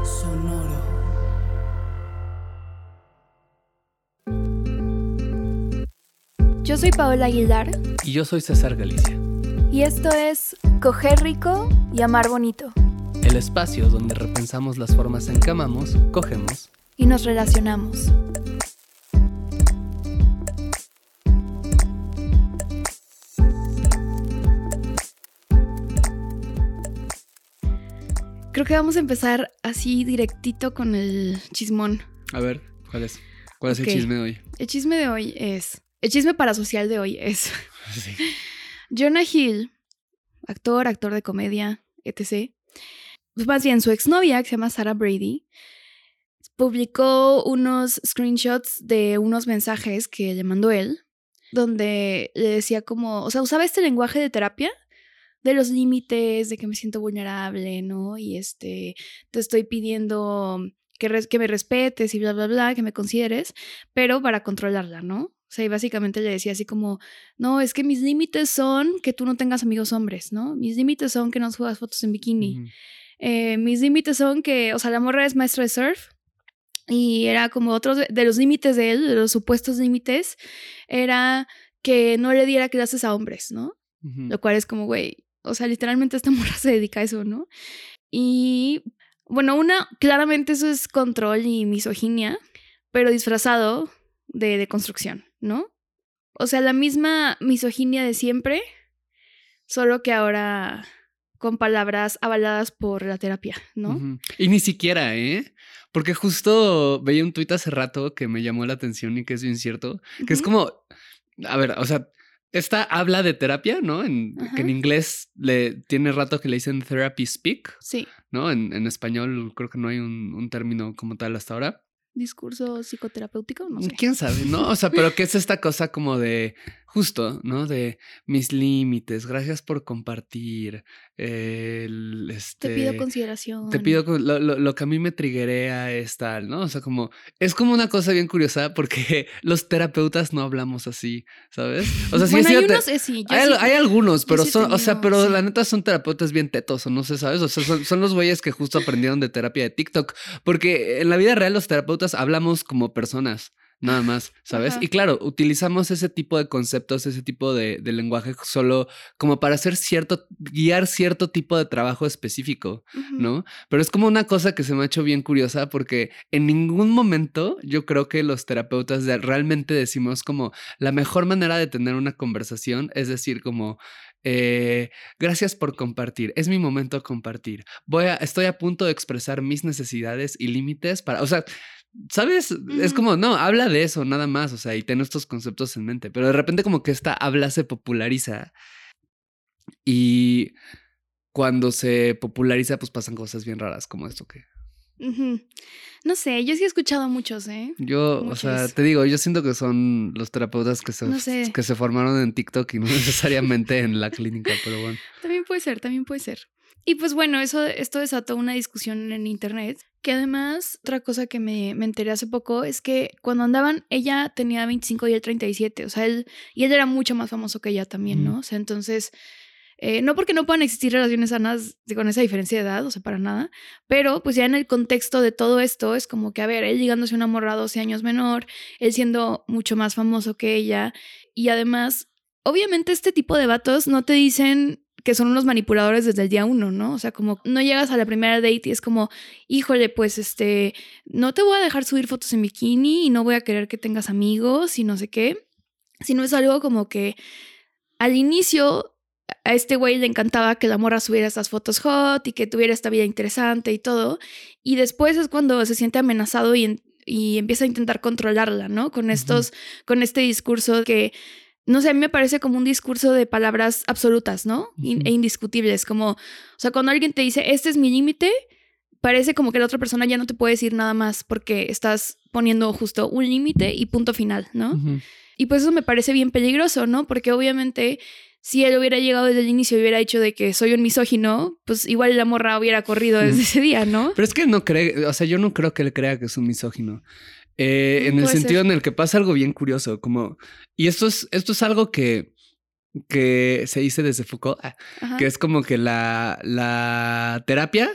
Sonoro. Yo soy Paola Aguilar. Y yo soy César Galicia. Y esto es Coger Rico y Amar Bonito. El espacio donde repensamos las formas en que amamos, cogemos y nos relacionamos. Creo que vamos a empezar así directito con el chismón. A ver, ¿cuál es? ¿Cuál es el chisme de hoy? El chisme de hoy es... El chisme parasocial de hoy es... Sí. Jonah Hill, actor de comedia, etc. Pues más bien su exnovia, que se llama Sarah Brady, publicó unos screenshots de unos mensajes que le mandó él, donde le decía como... O sea, usaba este lenguaje de terapia de los límites, de que me siento vulnerable, ¿no? Y te estoy pidiendo que me respetes y bla, bla, bla, que me consideres, pero para controlarla, ¿no? O sea, y básicamente le decía así como, no, es que mis límites son que tú no tengas amigos hombres, ¿no? Mis límites son que no subas fotos en bikini. Mis límites son que, o sea, la morra es maestra de surf y era como otros de los límites de él, de los supuestos límites, era que no le diera clases a hombres, ¿no? Lo cual es como, güey, o sea, literalmente esta morra se dedica a eso, ¿no? Y, bueno, claramente eso es control y misoginia, pero disfrazado de construcción, ¿no? O sea, la misma misoginia de siempre, solo que ahora con palabras avaladas por la terapia, ¿no? Uh-huh. Y ni siquiera, porque justo veía un tuit hace rato que me llamó la atención y que es bien cierto, que es como, a ver, o sea, esta habla de terapia, ¿no? Que en inglés tiene rato que le dicen therapy speak. Sí. ¿No? En español creo que no hay un término como tal hasta ahora. ¿Discurso psicoterapéutico? No sé. ¿Quién sabe, no? O sea, pero ¿qué es esta cosa como de justo, ¿no? De mis límites, gracias por compartir. Te pido consideración. Te pido lo que a mí me triggerea es tal, ¿no? O sea, como es como una cosa bien curiosa porque los terapeutas no hablamos así, ¿sabes? O sea, bueno, hay unos, sí. Hay algunos, pero sí son, o sea, pero sí. La neta son terapeutas bien tetos, o no sé, ¿sabes? O sea, son los güeyes que justo aprendieron de terapia de TikTok, porque en la vida real los terapeutas hablamos como personas, nada más, ¿sabes? Ajá. Y claro, utilizamos ese tipo de conceptos, ese tipo de lenguaje solo como para hacer guiar cierto tipo de trabajo específico, ¿no? Pero es como una cosa que se me ha hecho bien curiosa porque en ningún momento yo creo que los terapeutas realmente decimos como la mejor manera de tener una conversación es decir como gracias por compartir, es mi momento a compartir, estoy a punto de expresar mis necesidades y límites para, o sea, ¿sabes? Es como, no, habla de eso nada más, o sea, y ten estos conceptos en mente, pero de repente como que esta habla se populariza y cuando se populariza pues pasan cosas bien raras como esto que... No sé, yo sí he escuchado a muchos, O sea, te digo, yo siento que son los terapeutas que se formaron en TikTok y no necesariamente en la clínica, pero bueno. También puede ser. Y pues bueno, esto desató una discusión en internet, que además, otra cosa que me enteré hace poco es que cuando andaban, ella tenía 25 y él 37, o sea, él era mucho más famoso que ella también, ¿no? O sea, entonces... no porque no puedan existir relaciones sanas con esa diferencia de edad, o sea, para nada, pero pues ya en el contexto de todo esto es como que, a ver, él ligándose a una morra 12 años menor, él siendo mucho más famoso que ella, y además, obviamente este tipo de vatos no te dicen que son unos manipuladores desde el día uno, ¿no? O sea, como no llegas a la primera date y es como, híjole, pues no te voy a dejar subir fotos en bikini y no voy a querer que tengas amigos y no sé qué, sino es algo como que al inicio... A este güey le encantaba que la morra subiera estas fotos hot y que tuviera esta vida interesante y todo. Y después es cuando se siente amenazado y empieza a intentar controlarla, ¿no? Con este discurso que, no sé, a mí me parece como un discurso de palabras absolutas, ¿no? E indiscutibles. Como, o sea, cuando alguien te dice, este es mi límite, parece como que la otra persona ya no te puede decir nada más porque estás poniendo justo un límite y punto final, ¿no? Y pues eso me parece bien peligroso, ¿no? Porque obviamente... Si él hubiera llegado desde el inicio y hubiera dicho de que soy un misógino, pues igual la morra hubiera corrido desde ese día, ¿no? Pero es que no cree, o sea, yo no creo que él crea que es un misógino. En el sentido en el que pasa algo bien curioso, como... Y esto es algo que se dice desde Foucault, que es como que la terapia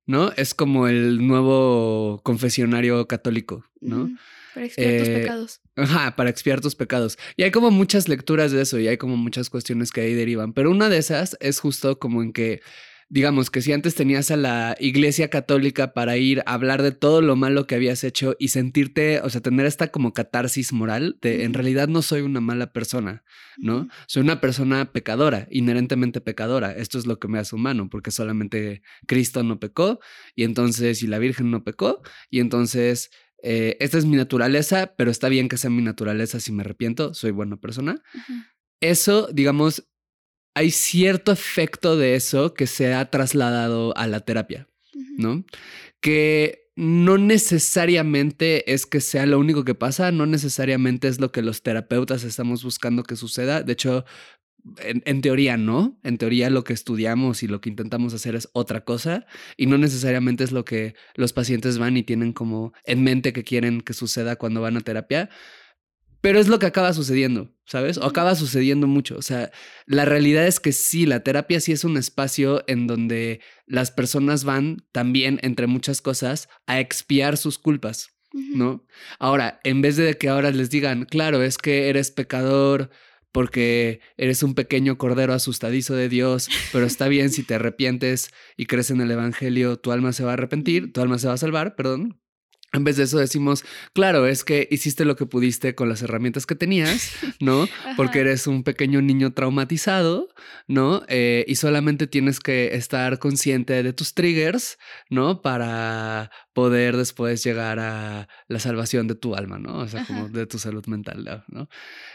¿no? Es como el nuevo confesionario católico, ¿no? Para expiar tus pecados. Ajá, para expiar tus pecados. Y hay como muchas lecturas de eso y hay como muchas cuestiones que ahí derivan. Pero una de esas es justo como en que, digamos que si antes tenías a la iglesia católica para ir a hablar de todo lo malo que habías hecho y sentirte, o sea, tener esta como catarsis moral de en realidad no soy una mala persona, ¿no? Soy una persona pecadora, inherentemente pecadora. Esto es lo que me hace humano, porque solamente Cristo no pecó y entonces, y la Virgen no pecó y entonces... esta es mi naturaleza, pero está bien que sea mi naturaleza si me arrepiento, soy buena persona. Eso, digamos, hay cierto efecto de eso que se ha trasladado a la terapia, ¿no? Que no necesariamente es que sea lo único que pasa, no necesariamente es lo que los terapeutas estamos buscando que suceda. De hecho, en teoría no, en teoría lo que estudiamos y lo que intentamos hacer es otra cosa y no necesariamente es lo que los pacientes van y tienen como en mente que quieren que suceda cuando van a terapia, pero es lo que acaba sucediendo, ¿sabes? O acaba sucediendo mucho, o sea, la realidad es que sí, la terapia sí es un espacio en donde las personas van también, entre muchas cosas, a expiar sus culpas, ¿no? Ahora, en vez de que ahora les digan, claro, es que eres pecador, porque eres un pequeño cordero asustadizo de Dios, pero está bien si te arrepientes y crees en el evangelio, tu alma se va a arrepentir, tu alma se va a salvar, perdón. En vez de eso decimos, claro, es que hiciste lo que pudiste con las herramientas que tenías, ¿no? Porque eres un pequeño niño traumatizado, ¿no? Y solamente tienes que estar consciente de tus triggers, ¿no? Para poder después llegar a la salvación de tu alma, ¿no? O sea, como de tu salud mental, ¿no?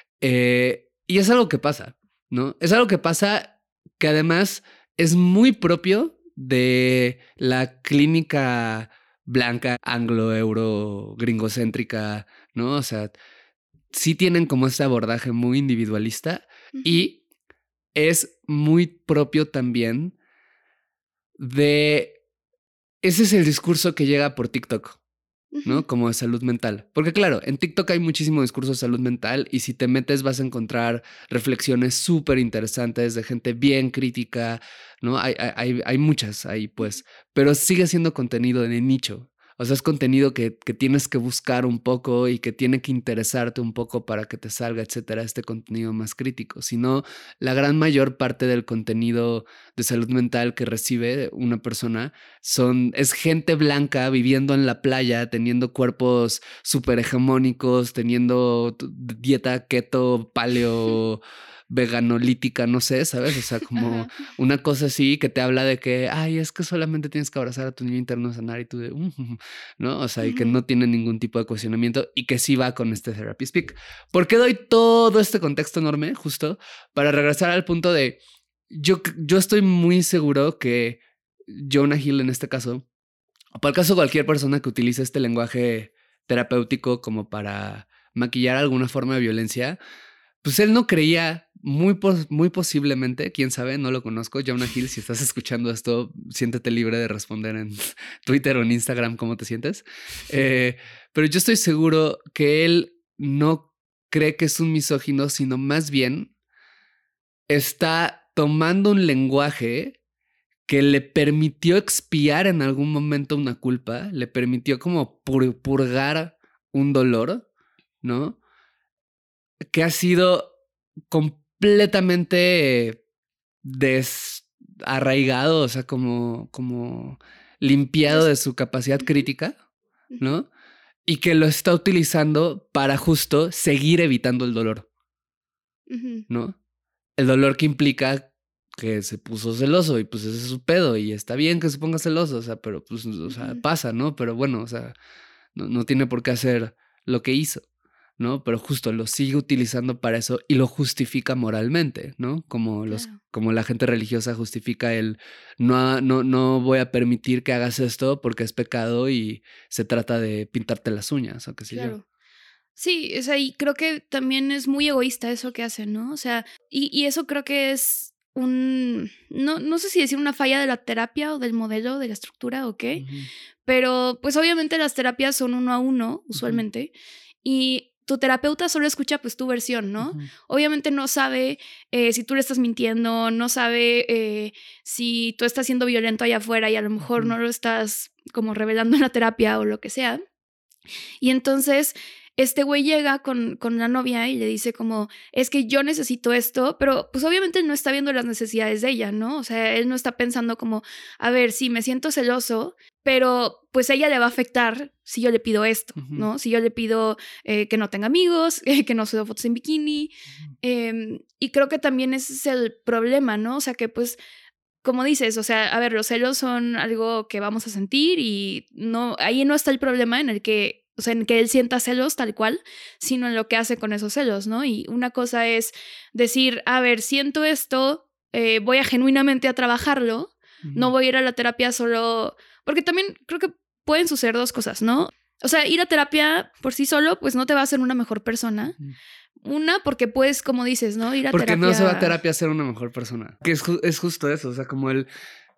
Y es algo que pasa, ¿no? Es algo que pasa que además es muy propio de la clínica blanca, anglo, euro, gringocéntrica, ¿no? O sea, sí tienen como este abordaje muy individualista y es muy propio también de... Ese es el discurso que llega por TikTok, ¿no? Como de salud mental. Porque claro, en TikTok hay muchísimo discurso de salud mental y si te metes vas a encontrar reflexiones súper interesantes de gente bien crítica, ¿no? Hay muchas ahí, pues, pero sigue siendo contenido de nicho. O sea, es contenido que tienes que buscar un poco y que tiene que interesarte un poco para que te salga, etcétera, este contenido más crítico. Si no, la gran mayor parte del contenido de salud mental que recibe una persona es gente blanca viviendo en la playa, teniendo cuerpos súper hegemónicos, teniendo dieta keto, paleo, veganolítica, no sé, ¿sabes? O sea, como una cosa así que te habla de que, ay, es que solamente tienes que abrazar a tu niño interno a sanar y tú de, ¿no? O sea, y que no tiene ningún tipo de cuestionamiento y que sí va con este Therapy Speak. ¿Por qué doy todo este contexto enorme? Justo para regresar al punto de, yo estoy muy seguro que Jonah Hill en este caso, o para el caso de cualquier persona que utilice este lenguaje terapéutico como para maquillar alguna forma de violencia, pues él no creía muy posiblemente, quién sabe, no lo conozco. Jonah Hill, si estás escuchando esto, siéntete libre de responder en Twitter o en Instagram cómo te sientes. Pero yo estoy seguro que él no cree que es un misógino, sino más bien está tomando un lenguaje que le permitió expiar en algún momento una culpa, le permitió como purgar un dolor, ¿no? Que ha sido completamente desarraigado, o sea, como limpiado de su capacidad crítica, ¿no? Y que lo está utilizando para justo seguir evitando el dolor, ¿no? El dolor que implica que se puso celoso y pues ese es su pedo y está bien que se ponga celoso, o sea, pero pues, o sea, pasa, ¿no? Pero bueno, o sea, no tiene por qué hacer lo que hizo, ¿no? Pero justo lo sigue utilizando para eso y lo justifica moralmente, ¿no? Como como la gente religiosa justifica el no voy a permitir que hagas esto porque es pecado y se trata de pintarte las uñas o qué sé yo. Sí, o sea, y creo que también es muy egoísta eso que hacen, ¿no? O sea, y eso creo que es no sé si decir una falla de la terapia o del modelo, de la estructura o qué, pero pues obviamente las terapias son 1 a 1, usualmente, y tu terapeuta solo escucha pues tu versión, ¿no? Ujú. Obviamente no sabe si tú le estás mintiendo, no sabe si tú estás siendo violento allá afuera y a lo mejor no lo estás como revelando en la terapia o lo que sea. Y entonces este güey llega con la novia y le dice como, es que yo necesito esto, pero pues obviamente él no está viendo las necesidades de ella, ¿no? O sea, él no está pensando como, a ver, sí, me siento celoso, pero pues a ella le va a afectar si yo le pido esto, ¿no? Si yo le pido que no tenga amigos, que no suba fotos en bikini. Y creo que también ese es el problema, ¿no? O sea, que pues como dices, o sea, a ver, los celos son algo que vamos a sentir y no, ahí no está el problema en el que, o sea, en que él sienta celos tal cual, sino en lo que hace con esos celos, ¿no? Y una cosa es decir, a ver, siento esto, voy a genuinamente a trabajarlo, no voy a ir a la terapia solo, porque también creo que pueden suceder dos cosas, ¿no? O sea, ir a terapia por sí solo, pues no te va a hacer una mejor persona. Una, porque puedes, como dices, ¿no? Ir a porque terapia. No se va a terapia a ser una mejor persona. Que es justo eso, o sea, como el...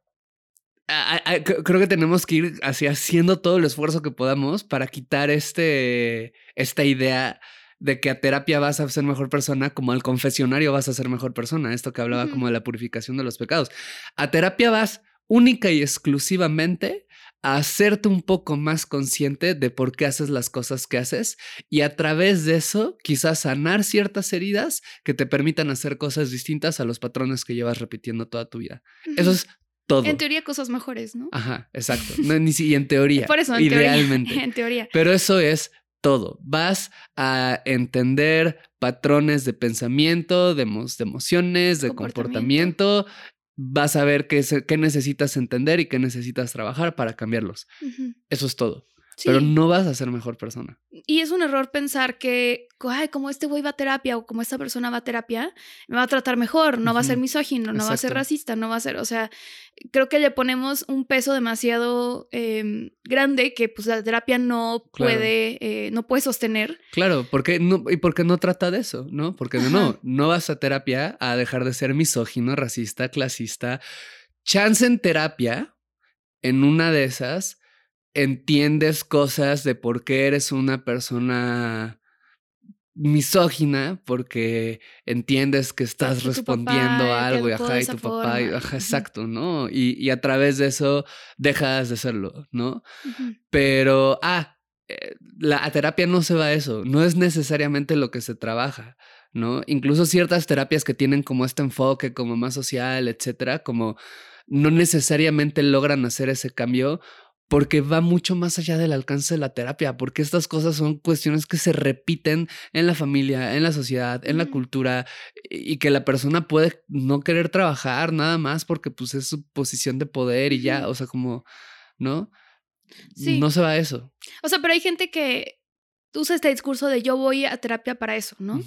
creo que tenemos que ir así haciendo todo el esfuerzo que podamos para quitar esta idea de que a terapia vas a ser mejor persona, como al confesionario vas a ser mejor persona. Esto que hablaba como de la purificación de los pecados. A terapia vas única y exclusivamente a hacerte un poco más consciente de por qué haces las cosas que haces y a través de eso quizás sanar ciertas heridas que te permitan hacer cosas distintas a los patrones que llevas repitiendo toda tu vida. Eso es todo. En teoría cosas mejores, ¿no? Ajá, exacto. No, y en teoría. Por eso, en idealmente. Teoría, en teoría. Pero eso es todo. Vas a entender patrones de pensamiento, de emociones, de comportamiento. Vas a ver qué necesitas entender y qué necesitas trabajar para cambiarlos. Eso es todo. Sí. Pero no vas a ser mejor persona. Y es un error pensar que, ay, como este güey va a terapia o como esta persona va a terapia, me va a tratar mejor, no va a ser misógino, no va a ser racista, no va a ser, o sea, creo que le ponemos un peso demasiado grande que pues la terapia no puede, no puede sostener. Claro, porque no trata de eso, ¿no? Porque no vas a terapia a dejar de ser misógino, racista, clasista. Chance en terapia, en una de esas, entiendes cosas de por qué eres una persona misógina, porque entiendes que estás respondiendo a algo y tu papá, exacto, ¿no? Y a través de eso dejas de serlo, ¿no? Pero, la terapia no se va a eso, no es necesariamente lo que se trabaja, ¿no? Incluso ciertas terapias que tienen como este enfoque como más social, etcétera, como no necesariamente logran hacer ese cambio porque va mucho más allá del alcance de la terapia, porque estas cosas son cuestiones que se repiten en la familia, en la sociedad, en la cultura, y que la persona puede no querer trabajar nada más porque pues es su posición de poder y ya, o sea, como, ¿no? Sí. No se va a eso. O sea, pero hay gente que usa este discurso de yo voy a terapia para eso, ¿no?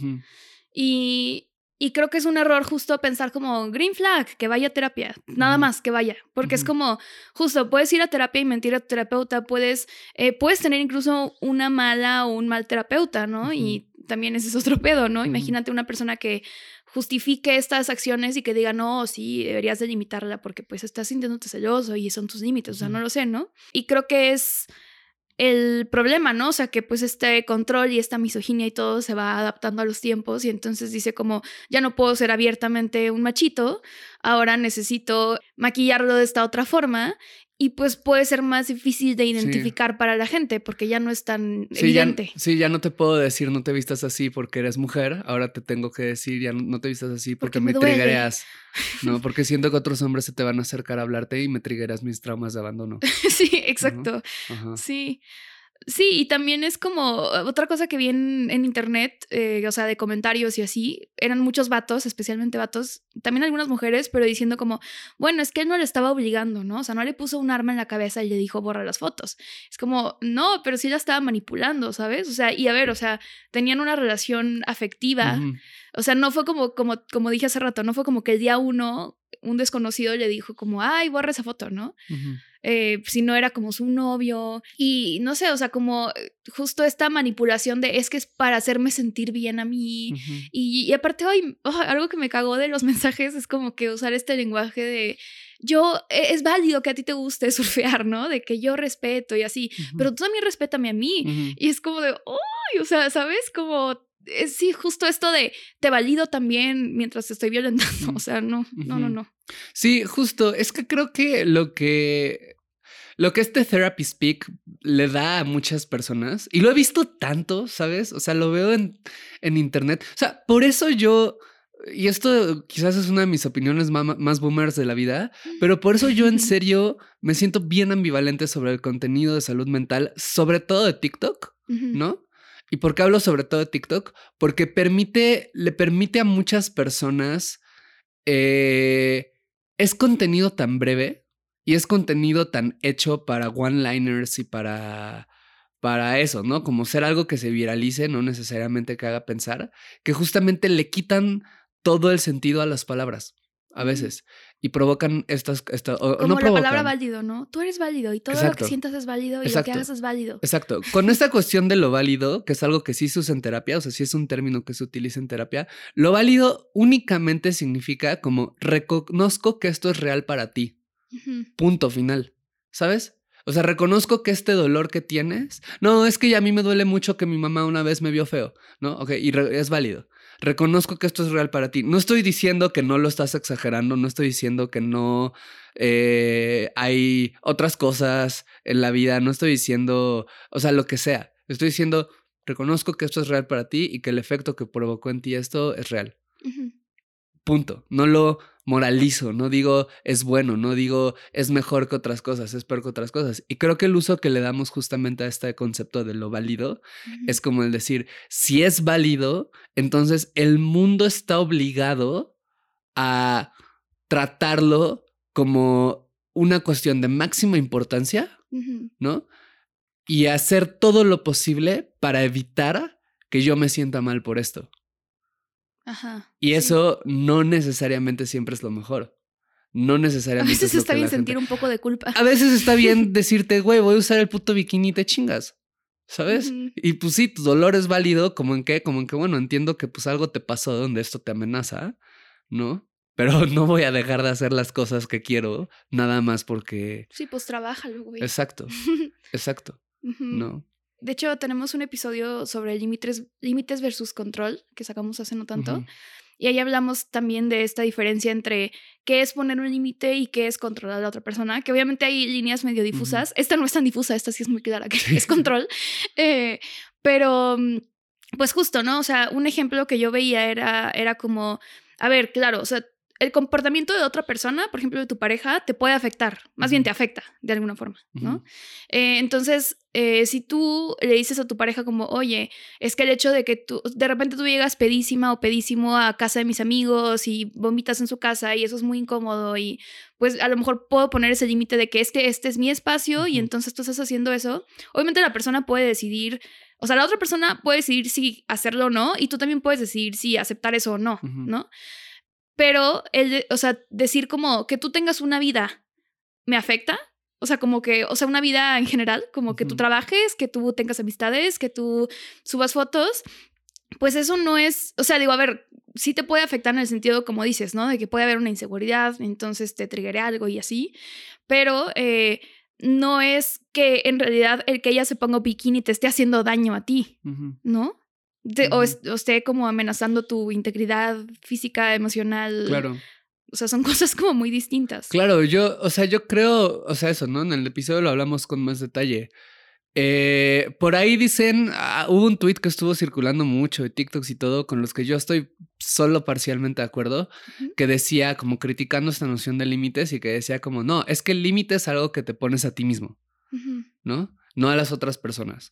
Y creo que es un error justo pensar como green flag, que vaya a terapia, nada más que vaya, porque es como justo puedes ir a terapia y mentir a tu terapeuta, puedes tener incluso una mala o un mal terapeuta, ¿no? Y también ese es otro pedo, ¿no? Imagínate una persona que justifique estas acciones y que diga, no, sí, deberías de limitarla porque pues estás sintiéndote celoso y son tus límites, o sea, no lo sé, ¿no? Y creo que es el problema, ¿no? O sea, que pues este control y esta misoginia y todo se va adaptando a los tiempos y entonces dice como, ya no puedo ser abiertamente un machito, ahora necesito maquillarlo de esta otra forma y pues puede ser más difícil de identificar para la gente porque ya no es tan evidente. Ya no te puedo decir no te vistas así porque eres mujer, ahora te tengo que decir ya no te vistas así porque me triggereas, ¿no? Porque siento que otros hombres se te van a acercar a hablarte y me triggereas mis traumas de abandono. Sí, exacto. Sí. Sí, y también es como otra cosa que vi en internet, o sea, de comentarios y así, eran muchos vatos, especialmente vatos, también algunas mujeres, pero diciendo como, bueno, es que él no le estaba obligando, ¿no? O sea, no le puso un arma en la cabeza y le dijo borra las fotos. Es como, no, pero sí la estaba manipulando, ¿sabes? O sea, y a ver, o sea, tenían una relación afectiva. O sea, no fue como dije hace rato, no fue como que el día uno un desconocido le dijo como, ay, borra esa foto, ¿no? Si no era como su novio y no sé, o sea, como justo esta manipulación de es que es para hacerme sentir bien a mí y aparte hoy algo que me cagó de los mensajes es como que usar este lenguaje de yo, es válido que a ti te guste surfear, ¿no? De que yo respeto y así, pero tú también respétame a mí y es como de, o sea, ¿sabes? Como, sí, justo esto de te valido también mientras te estoy violentando. O sea, no. Sí, justo. Es que creo que lo que este Therapy Speak le da a muchas personas, y lo he visto tanto, ¿sabes? O sea, lo veo en internet. O sea, por eso yo, y esto quizás es una de mis opiniones más boomers de la vida, pero por eso yo en serio me siento bien ambivalente sobre el contenido de salud mental, sobre todo de TikTok, ¿no? ¿Y por qué hablo sobre todo de TikTok? Porque le permite a muchas personas, es contenido tan breve y es contenido tan hecho para one-liners y para eso, ¿no? Como ser algo que se viralice, no necesariamente que haga pensar, que justamente le quitan todo el sentido a las palabras a veces y provocan como no la palabra válido, ¿no? Tú eres válido y todo lo que Exacto. sientas es válido y lo que hagas es válido. Exacto. Con esta cuestión de lo válido, que es algo que sí se usa en terapia, o sea, sí es un término que se utiliza en terapia, lo válido únicamente significa como reconozco que esto es real para ti. Punto final. ¿Sabes? O sea, reconozco que este dolor que tienes, no, es que ya a mí me duele mucho que mi mamá una vez me vio feo, ¿no? Ok, y es válido. Reconozco que esto es real para ti. No estoy diciendo que no lo estás exagerando, no estoy diciendo que no hay otras cosas en la vida, no estoy diciendo, o sea, lo que sea. Estoy diciendo, reconozco que esto es real para ti y que el efecto que provocó en ti esto es real. Punto. No lo moralizo, no digo es bueno, no digo es mejor que otras cosas, es peor que otras cosas. Y creo que el uso que le damos justamente a este concepto de lo válido es como el decir, si es válido, entonces el mundo está obligado a tratarlo como una cuestión de máxima importancia, ¿no? Y hacer todo lo posible para evitar que yo me sienta mal por esto. Ajá. Y eso no necesariamente siempre es lo mejor. No necesariamente. A veces está bien sentir un poco de culpa. A veces está bien decirte, güey, voy a usar el puto bikini y te chingas. ¿Sabes? Y pues sí, tu dolor es válido, como en que, bueno, entiendo que pues algo te pasó donde esto te amenaza, ¿no? Pero no voy a dejar de hacer las cosas que quiero nada más porque. Sí, pues trabájalo, güey. Exacto. ¿No? De hecho, tenemos un episodio sobre límites versus control que sacamos hace no tanto. Y ahí hablamos también de esta diferencia entre qué es poner un límite y qué es controlar a la otra persona, que obviamente hay líneas medio difusas. Esta no es tan difusa, esta sí es muy clara que es control. Pero, pues justo, ¿no? O sea, un ejemplo que yo veía era como, a ver, claro, o sea, el comportamiento de otra persona, por ejemplo, de tu pareja, te puede afectar, más bien te afecta de alguna forma, ¿no? Entonces, si tú le dices a tu pareja como, oye, es que el hecho de que tú, de repente tú llegas pedísima o pedísimo a casa de mis amigos y vomitas en su casa y eso es muy incómodo y pues a lo mejor puedo poner ese límite de que este es mi espacio y entonces tú estás haciendo eso, obviamente la persona puede decidir, o sea, la otra persona puede decidir si hacerlo o no y tú también puedes decidir si aceptar eso o no, ¿no? Pero, o sea, decir como que tú tengas una vida me afecta. O sea, como que, o sea, una vida en general, como que tú trabajes, que tú tengas amistades, que tú subas fotos. Pues eso no es, o sea, digo, a ver, sí te puede afectar en el sentido, como dices, ¿no? De que puede haber una inseguridad, entonces te triggeré algo y así. Pero no es que en realidad el que ella se ponga bikini te esté haciendo daño a ti, ¿no? O esté como amenazando tu integridad física, emocional. Claro. O sea, son cosas como muy distintas. Claro, yo creo, o sea, eso, ¿no? En el episodio lo hablamos con más detalle. Por ahí dicen, hubo un tweet que estuvo circulando mucho de TikToks y todo, con los que yo estoy solo parcialmente de acuerdo, que decía como criticando esta noción de límites y que decía como, no, es que el límite es algo que te pones a ti mismo, ¿no? No a las otras personas.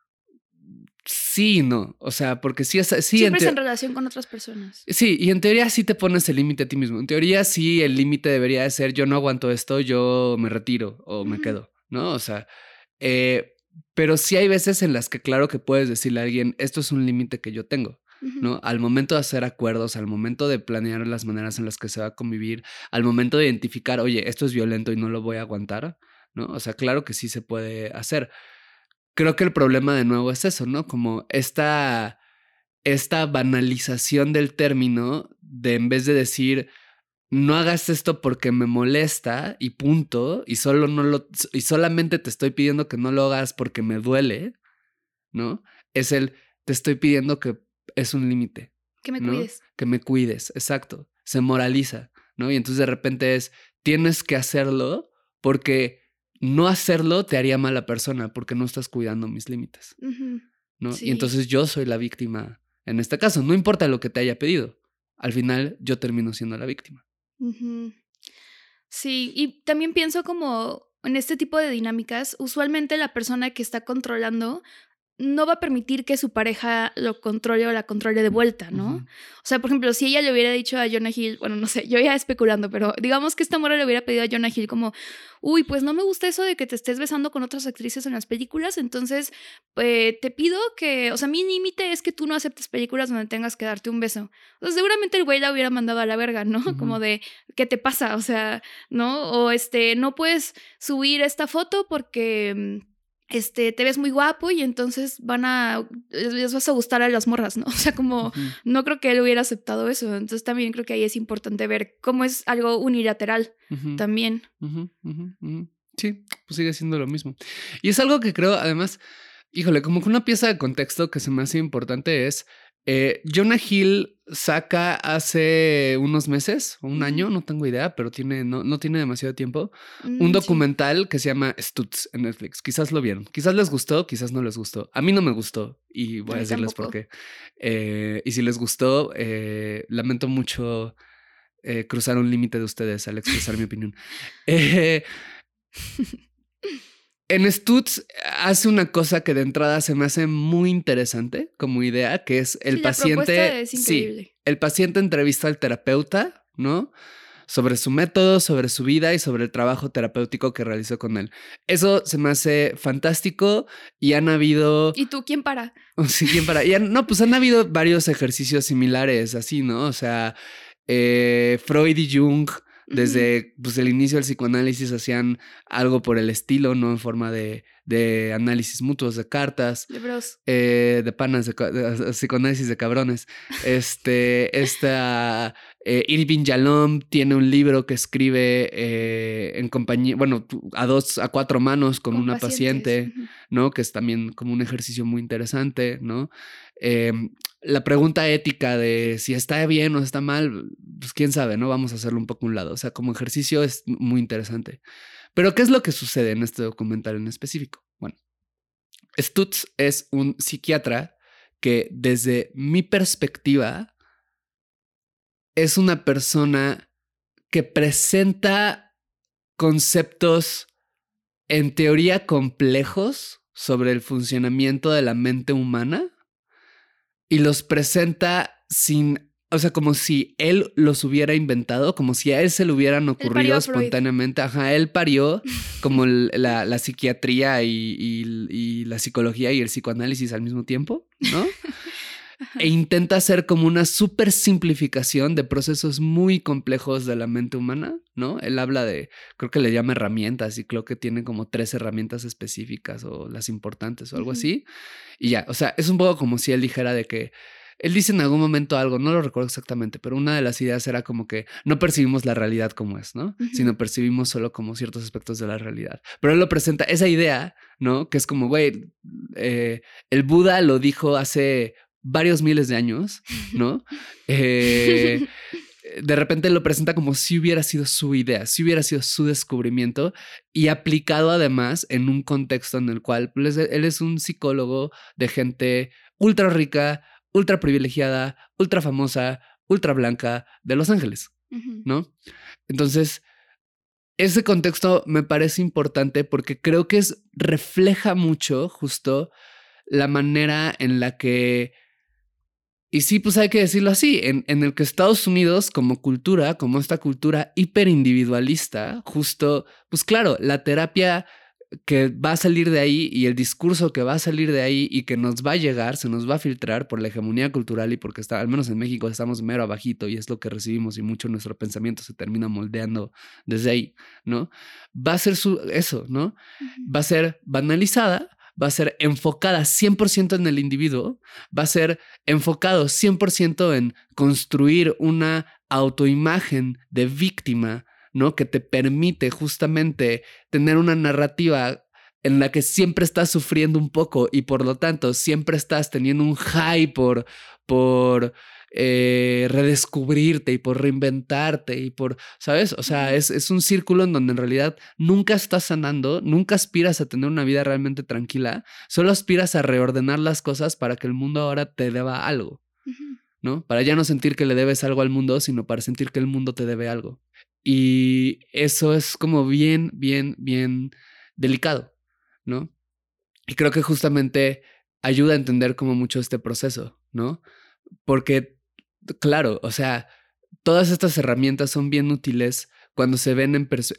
Sí, no. O sea, porque sí es. Sí, siempre es en relación con otras personas. Sí, y en teoría sí te pones el límite a ti mismo. En teoría sí el límite debería de ser yo no aguanto esto, yo me retiro o me quedo, ¿no? O sea, pero sí hay veces en las que claro que puedes decirle a alguien, esto es un límite que yo tengo, ¿no? Al momento de hacer acuerdos, al momento de planear las maneras en las que se va a convivir, al momento de identificar, oye, esto es violento y no lo voy a aguantar, ¿no? O sea, claro que sí se puede hacer. Creo que el problema de nuevo es eso, ¿no? Como esta banalización del término de en vez de decir no hagas esto porque me molesta y punto, y solamente te estoy pidiendo que no lo hagas porque me duele, ¿no? Es el te estoy pidiendo que es un límite. Que me ¿no? cuides. Que me cuides, exacto. Se moraliza, ¿no? Y entonces de repente tienes que hacerlo porque no hacerlo te haría mala persona porque no estás cuidando mis límites, ¿no? Sí. Y entonces yo soy la víctima en este caso. No importa lo que te haya pedido. Al final yo termino siendo la víctima. Sí, y también pienso como en este tipo de dinámicas, usualmente la persona que está controlando no va a permitir que su pareja lo controle o la controle de vuelta, ¿no? Uh-huh. O sea, por ejemplo, si ella le hubiera dicho a Jonah Hill, bueno, no sé, yo ya especulando, pero digamos que esta morra le hubiera pedido a Jonah Hill como, uy, pues no me gusta eso de que te estés besando con otras actrices en las películas, entonces te pido que, o sea, mi límite es que tú no aceptes películas donde tengas que darte un beso. O sea, seguramente el güey la hubiera mandado a la verga, ¿no? Uh-huh. Como de, ¿qué te pasa? O sea, ¿no? O no puedes subir esta foto porque te ves muy guapo y entonces les vas a gustar a las morras, ¿no? O sea, como no creo que él hubiera aceptado eso. Entonces también creo que ahí es importante ver cómo es algo unilateral también. Sí, pues sigue siendo lo mismo. Y es algo que creo, además, híjole, como que una pieza de contexto que se me hace importante es Jonah Hill saca hace unos meses o un año, no tengo idea, pero no tiene demasiado tiempo, un documental que se llama Stutz en Netflix. Quizás lo vieron, quizás les gustó, quizás no les gustó. A mí no me gustó y voy a decirles por qué. Y si les gustó, lamento mucho cruzar un límite de ustedes al expresar mi opinión. En Stutz hace una cosa que de entrada se me hace muy interesante como idea, que es el paciente. La propuesta es increíble. Sí, el paciente entrevista al terapeuta, ¿no? Sobre su método, sobre su vida y sobre el trabajo terapéutico que realizó con él. Eso se me hace fantástico y han habido... ¿Y tú quién para? Sí, ¿quién para? Pues han habido varios ejercicios similares así, ¿no? O sea, Freud y Jung... Desde pues, el inicio del psicoanálisis hacían algo por el estilo, ¿no? En forma de análisis mutuos, de cartas. De bros. De panas, de psicoanálisis de cabrones. Irving Yalom tiene un libro que escribe en compañía, bueno, a 4 manos con una paciente, ¿no? Que es también como un ejercicio muy interesante, ¿no? La pregunta ética de si está bien o está mal, pues quién sabe, ¿no? Vamos a hacerlo un poco a un lado. O sea, como ejercicio es muy interesante. Pero ¿qué es lo que sucede en este documental en específico? Bueno, Stutz es un psiquiatra que desde mi perspectiva es una persona que presenta conceptos en teoría complejos sobre el funcionamiento de la mente humana y los presenta o sea, como si él los hubiera inventado, como si a él se le hubieran ocurrido espontáneamente. Ajá, él parió como la psiquiatría y la psicología y el psicoanálisis al mismo tiempo, ¿no? E intenta hacer como una súper simplificación de procesos muy complejos de la mente humana, ¿no? Él habla creo que le llama herramientas y creo que tiene como 3 herramientas específicas o las importantes o algo así. Y ya, o sea, es un poco como si él dijera de que él dice en algún momento algo, no lo recuerdo exactamente, pero una de las ideas era como que no percibimos la realidad como es, ¿no? Sino percibimos solo como ciertos aspectos de la realidad. Pero él lo presenta, esa idea, ¿no? Que es como, güey, el Buda lo dijo hace varios miles de años, ¿no? De repente lo presenta como si hubiera sido su idea, si hubiera sido su descubrimiento y aplicado además en un contexto en el cual pues, él es un psicólogo de gente ultra rica, ultra privilegiada, ultra famosa, ultra blanca de Los Ángeles, ¿no? Entonces, ese contexto me parece importante porque creo que refleja mucho justo la manera en la que, y sí, pues hay que decirlo así, en el que Estados Unidos como cultura, como esta cultura hiperindividualista, justo, pues claro, la terapia que va a salir de ahí y el discurso que va a salir de ahí y que nos va a llegar, se nos va a filtrar por la hegemonía cultural y porque al menos en México estamos mero abajito y es lo que recibimos y mucho nuestro pensamiento se termina moldeando desde ahí, ¿no? Va a ser eso, ¿no? Va a ser banalizada, va a ser enfocada 100% en el individuo, va a ser enfocado 100% en construir una autoimagen de víctima, ¿no? Que te permite justamente tener una narrativa en la que siempre estás sufriendo un poco y por lo tanto siempre estás teniendo un high por redescubrirte y por reinventarte y por, ¿sabes? O sea, es un círculo en donde en realidad nunca estás sanando, nunca aspiras a tener una vida realmente tranquila, solo aspiras a reordenar las cosas para que el mundo ahora te deba algo, ¿no? Para ya no sentir que le debes algo al mundo, sino para sentir que el mundo te debe algo. Y eso es como bien, bien, bien delicado, ¿no? Y creo que justamente ayuda a entender como mucho este proceso, ¿no? Porque, claro, o sea, todas estas herramientas son bien útiles cuando se ven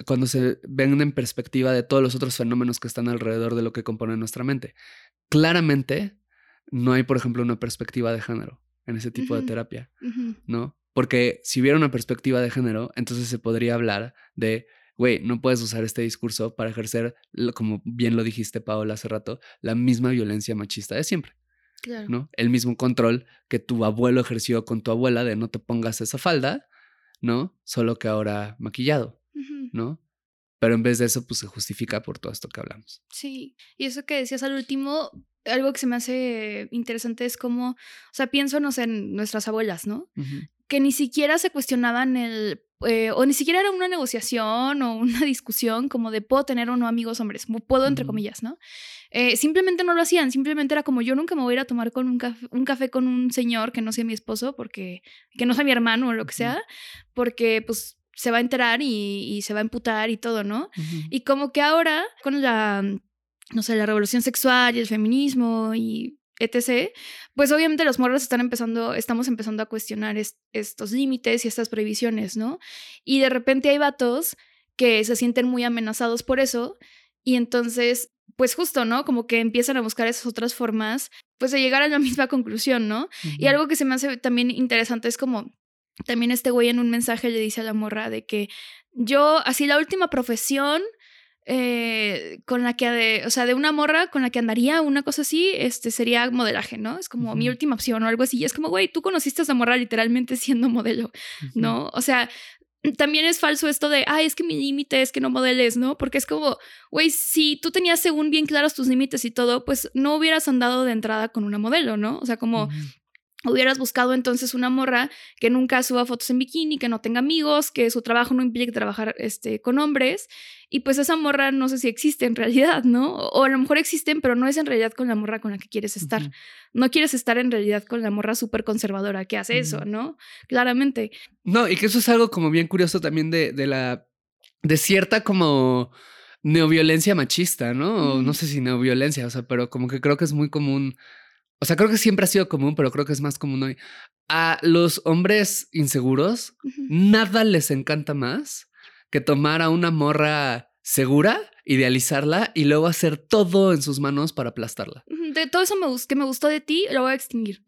en perspectiva de todos los otros fenómenos que están alrededor de lo que compone nuestra mente. Claramente, no hay, por ejemplo, una perspectiva de género en ese tipo de terapia, ¿no? Porque si hubiera una perspectiva de género, entonces se podría hablar de, güey, no puedes usar este discurso para ejercer, como bien lo dijiste, Paola, hace rato, la misma violencia machista de siempre. Claro. ¿No? El mismo control que tu abuelo ejerció con tu abuela de no te pongas esa falda, ¿no? Solo que ahora maquillado, ¿no? Pero en vez de eso, pues se justifica por todo esto que hablamos. Sí, y eso que decías al último, algo que se me hace interesante es como, o sea, pienso, no sé, en nuestras abuelas, ¿no? Que ni siquiera se cuestionaban o ni siquiera era una negociación o una discusión como de puedo tener o no amigos hombres, puedo entre comillas, ¿no? Simplemente no lo hacían, simplemente era como yo nunca me voy a ir a tomar con un café con un señor que no sea mi esposo, que no sea mi hermano o lo que sea, porque pues se va a enterar y se va a emputar y todo, ¿no? Y como que ahora con la, no sé, la revolución sexual y el feminismo y etc., pues obviamente los morros estamos empezando a cuestionar estos límites y estas prohibiciones, ¿no? Y de repente hay vatos que se sienten muy amenazados por eso y entonces, pues justo, ¿no? Como que empiezan a buscar esas otras formas, pues de llegar a la misma conclusión, ¿no? Y algo que se me hace también interesante es como, también este güey en un mensaje le dice a la morra de que yo, así la última profesión con la que, o sea, de una morra con la que andaría, una cosa así, sería modelaje, ¿no? Es como mi última opción o algo así. Y es como, güey, tú conociste a esa morra literalmente siendo modelo, ¿no? O sea, también es falso esto de, ay, es que mi límite es que no modeles, ¿no? Porque es como, güey, si tú tenías según bien claros tus límites y todo, pues no hubieras andado de entrada con una modelo, ¿no? O sea, como... hubieras buscado entonces una morra que nunca suba fotos en bikini, que no tenga amigos, que su trabajo no implique trabajar con hombres. Y pues esa morra no sé si existe en realidad, ¿no? O a lo mejor existen, pero no es en realidad con la morra con la que quieres estar. No quieres estar en realidad con la morra súper conservadora que hace eso, ¿no? Claramente. No, y que eso es algo como bien curioso también de cierta como neoviolencia machista, ¿no? O no sé si neoviolencia, o sea, pero como que creo que es muy común. O sea, creo que siempre ha sido común, pero creo que es más común hoy. A los hombres inseguros, nada les encanta más que tomar a una morra segura, idealizarla y luego hacer todo en sus manos para aplastarla. De todo eso que me gustó de ti, lo voy a extinguir.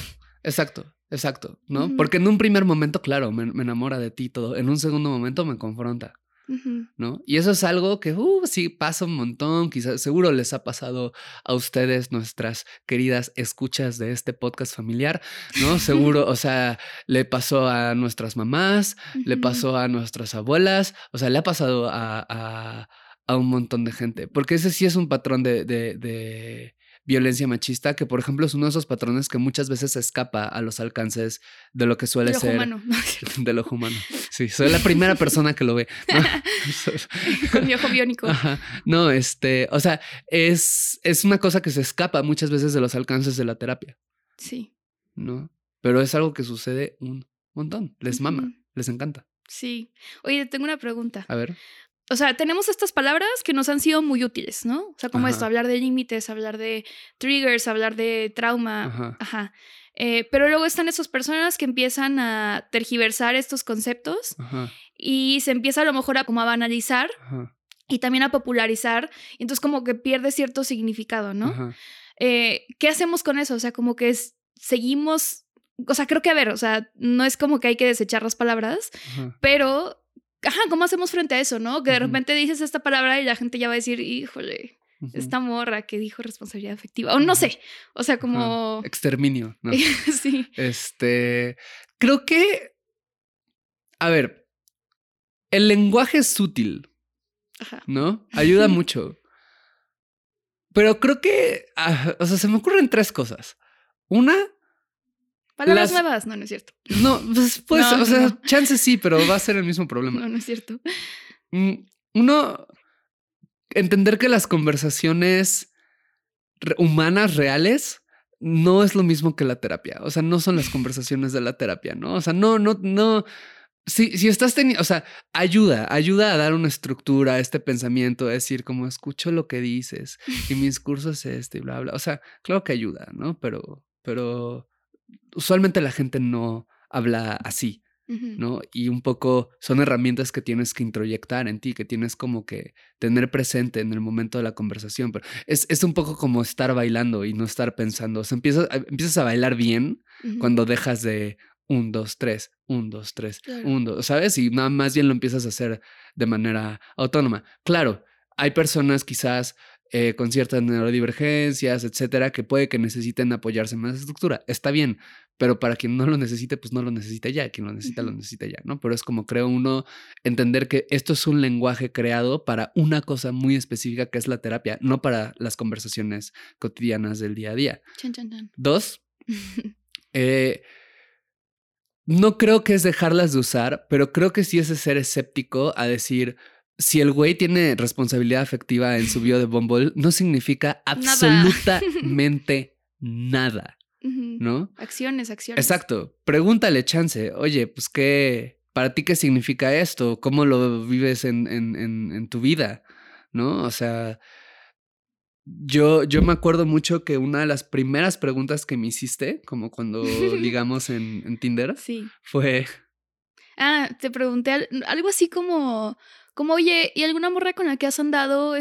Exacto, ¿no? Porque en un primer momento, claro, me enamora de ti y todo. En un segundo momento me confronta. ¿No? Y eso es algo que sí pasa un montón, quizás seguro les ha pasado a ustedes, nuestras queridas escuchas de este podcast familiar, ¿no? Seguro, o sea, le pasó a nuestras mamás, le pasó a nuestras abuelas, o sea, le ha pasado a un montón de gente, porque ese sí es un patrón de violencia machista, que por ejemplo es uno de esos patrones que muchas veces escapa a los alcances de lo que suele de ser humano. de lo humano. Sí, soy la primera persona que lo ve, ¿no? Con mi ojo biónico. Ajá. No, o sea, es una cosa que se escapa muchas veces de los alcances de la terapia. Sí. ¿No? Pero es algo que sucede un montón. Les mama, les encanta. Sí. Oye, tengo una pregunta. A ver. O sea, tenemos estas palabras que nos han sido muy útiles, ¿no? O sea, como esto, hablar de límites, hablar de triggers, hablar de trauma. Pero luego están esas personas que empiezan a tergiversar estos conceptos y se empieza a lo mejor a como a banalizar y también a popularizar. Y entonces como que pierde cierto significado, ¿no? ¿Qué hacemos con eso? O sea, como que seguimos... O sea, creo que, a ver, o sea, no es como que hay que desechar las palabras, pero... ¿cómo hacemos frente a eso, no? Que de repente dices esta palabra y la gente ya va a decir, híjole, esta morra que dijo responsabilidad afectiva. O no sé, o sea, como... exterminio, ¿no? Sí. Creo que... A ver, el lenguaje es sutil, ¿no? Ayuda mucho. Pero creo que, o sea, se me ocurren 3 cosas. Una... Palabras nuevas. No es cierto. No, pues No, o sea, no. chance sí, pero va a ser el mismo problema. No es cierto. Uno, entender que las conversaciones humanas reales no es lo mismo que la terapia. O sea, no son las conversaciones de la terapia, ¿no? O sea, no. Si estás teniendo, o sea, ayuda a dar una estructura a este pensamiento, a decir como escucho lo que dices y mi discurso es este y bla, bla. O sea, claro que ayuda, ¿no? Pero usualmente la gente no habla así, ¿no? Y un poco son herramientas que tienes que introyectar en ti, que tienes como que tener presente en el momento de la conversación. Pero es un poco como estar bailando y no estar pensando. O sea, empiezas a bailar bien cuando dejas de 1, 2, 3, 1, 2, 3, Claro. 1, 2, ¿sabes? Y nada más bien lo empiezas a hacer de manera autónoma. Claro, hay personas quizás con ciertas neurodivergencias, etcétera, que puede que necesiten apoyarse en más estructura. Está bien, pero para quien no lo necesite, pues no lo necesita ya. Quien lo necesita, lo necesita ya, ¿no? Pero es como creo uno entender que esto es un lenguaje creado para una cosa muy específica que es la terapia, no para las conversaciones cotidianas del día a día. Chan, chan, chan. 2, no creo que es dejarlas de usar, pero creo que sí es de ser escéptico a decir, si el güey tiene responsabilidad afectiva en su bio de Bumble, no significa absolutamente nada, ¿no? Acciones. Exacto. Pregúntale, chance, oye, pues qué, para ti qué significa esto, cómo lo vives en tu vida, ¿no? O sea, yo me acuerdo mucho que una de las primeras preguntas que me hiciste, como cuando ligamos en Tinder, Sí. fue... te pregunté algo así como, oye, ¿y alguna morra con la que has andado,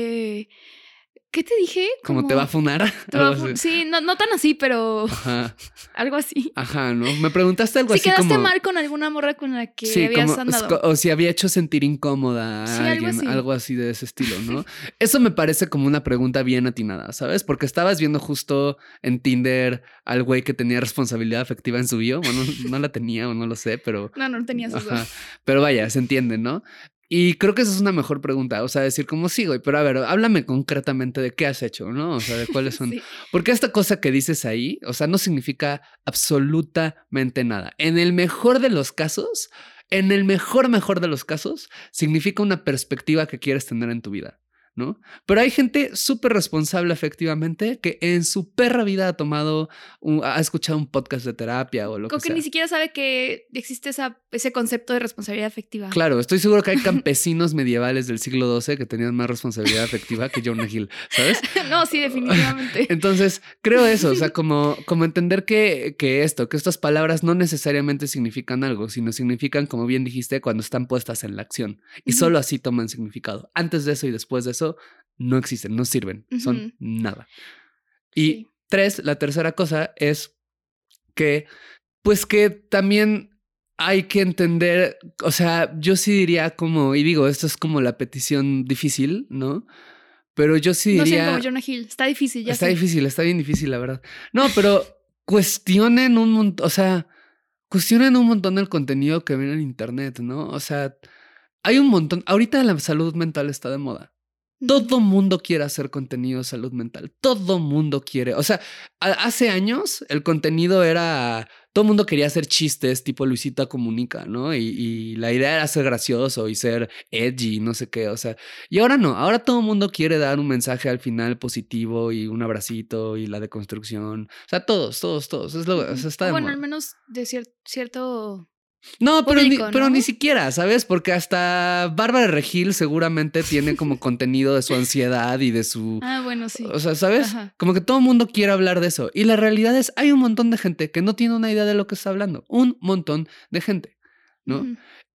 ¿qué te dije? ¿Cómo te va a funar? Sí, no tan así, pero Ajá. algo así. Ajá, ¿no? Me preguntaste algo si así quedaste como... mal con alguna morra con la que Sí, habías como, andado. o si había hecho sentir incómoda a Sí, alguien, algo así de ese estilo, ¿no? Eso me parece como una pregunta bien atinada, ¿sabes? Porque estabas viendo justo en Tinder al güey que tenía responsabilidad afectiva en su bio. Bueno, no la tenía o no lo sé, pero... No tenía eso. Ajá. Pero vaya, se entiende, ¿no? Y creo que esa es una mejor pregunta, o sea, decir como sí, güey, pero a ver, háblame concretamente de qué has hecho, ¿no? O sea, de cuáles son... Sí. Porque esta cosa que dices ahí, o sea, no significa absolutamente nada. En el mejor de los casos, en el mejor de los casos, significa una perspectiva que quieres tener en tu vida, ¿no? Pero hay gente súper responsable efectivamente que en su perra vida ha tomado, ha escuchado un podcast de terapia o lo que sea. Como que ni siquiera sabe que existe ese concepto de responsabilidad afectiva. Claro, estoy seguro que hay campesinos medievales del siglo XII que tenían más responsabilidad afectiva que Jonah Hill, ¿sabes? No, sí, definitivamente. Entonces, creo eso, o sea, como entender que estas palabras no necesariamente significan algo, sino significan, como bien dijiste, cuando están puestas en la acción. Y solo así toman significado. Antes de eso y después de eso, no existen, no sirven, son nada. Y 3, la tercera cosa es que, pues que también hay que entender, o sea, yo sí diría como, y digo, esto es como la petición difícil, ¿no? Pero yo sí diría... No sean como Jonah Hill, está difícil, ya Está sé. difícil, está bien difícil, la verdad. No, pero cuestionen un montón, o sea, cuestionen un montón el contenido que ven en internet, ¿no? O sea, hay un montón, ahorita la salud mental está de moda. Todo mundo quiere hacer contenido de salud mental. Todo mundo quiere. O sea, hace años el contenido era... Todo mundo quería hacer chistes tipo Luisita Comunica, ¿no? Y la idea era ser gracioso y ser edgy, no sé qué. O sea, y ahora no. Ahora todo mundo quiere dar un mensaje al final positivo y un abracito y la deconstrucción. O sea, todos. Es lo, o sea, está de bueno, moda. al menos de cierto... No, público, pero ¿no? ni siquiera, ¿sabes? Porque hasta Bárbara Regil seguramente tiene como contenido de su ansiedad y de su... bueno, sí. O sea, ¿sabes? Ajá. Como que todo el mundo quiere hablar de eso. Y la realidad es, hay un montón de gente que no tiene una idea de lo que está hablando. Un montón de gente, ¿no?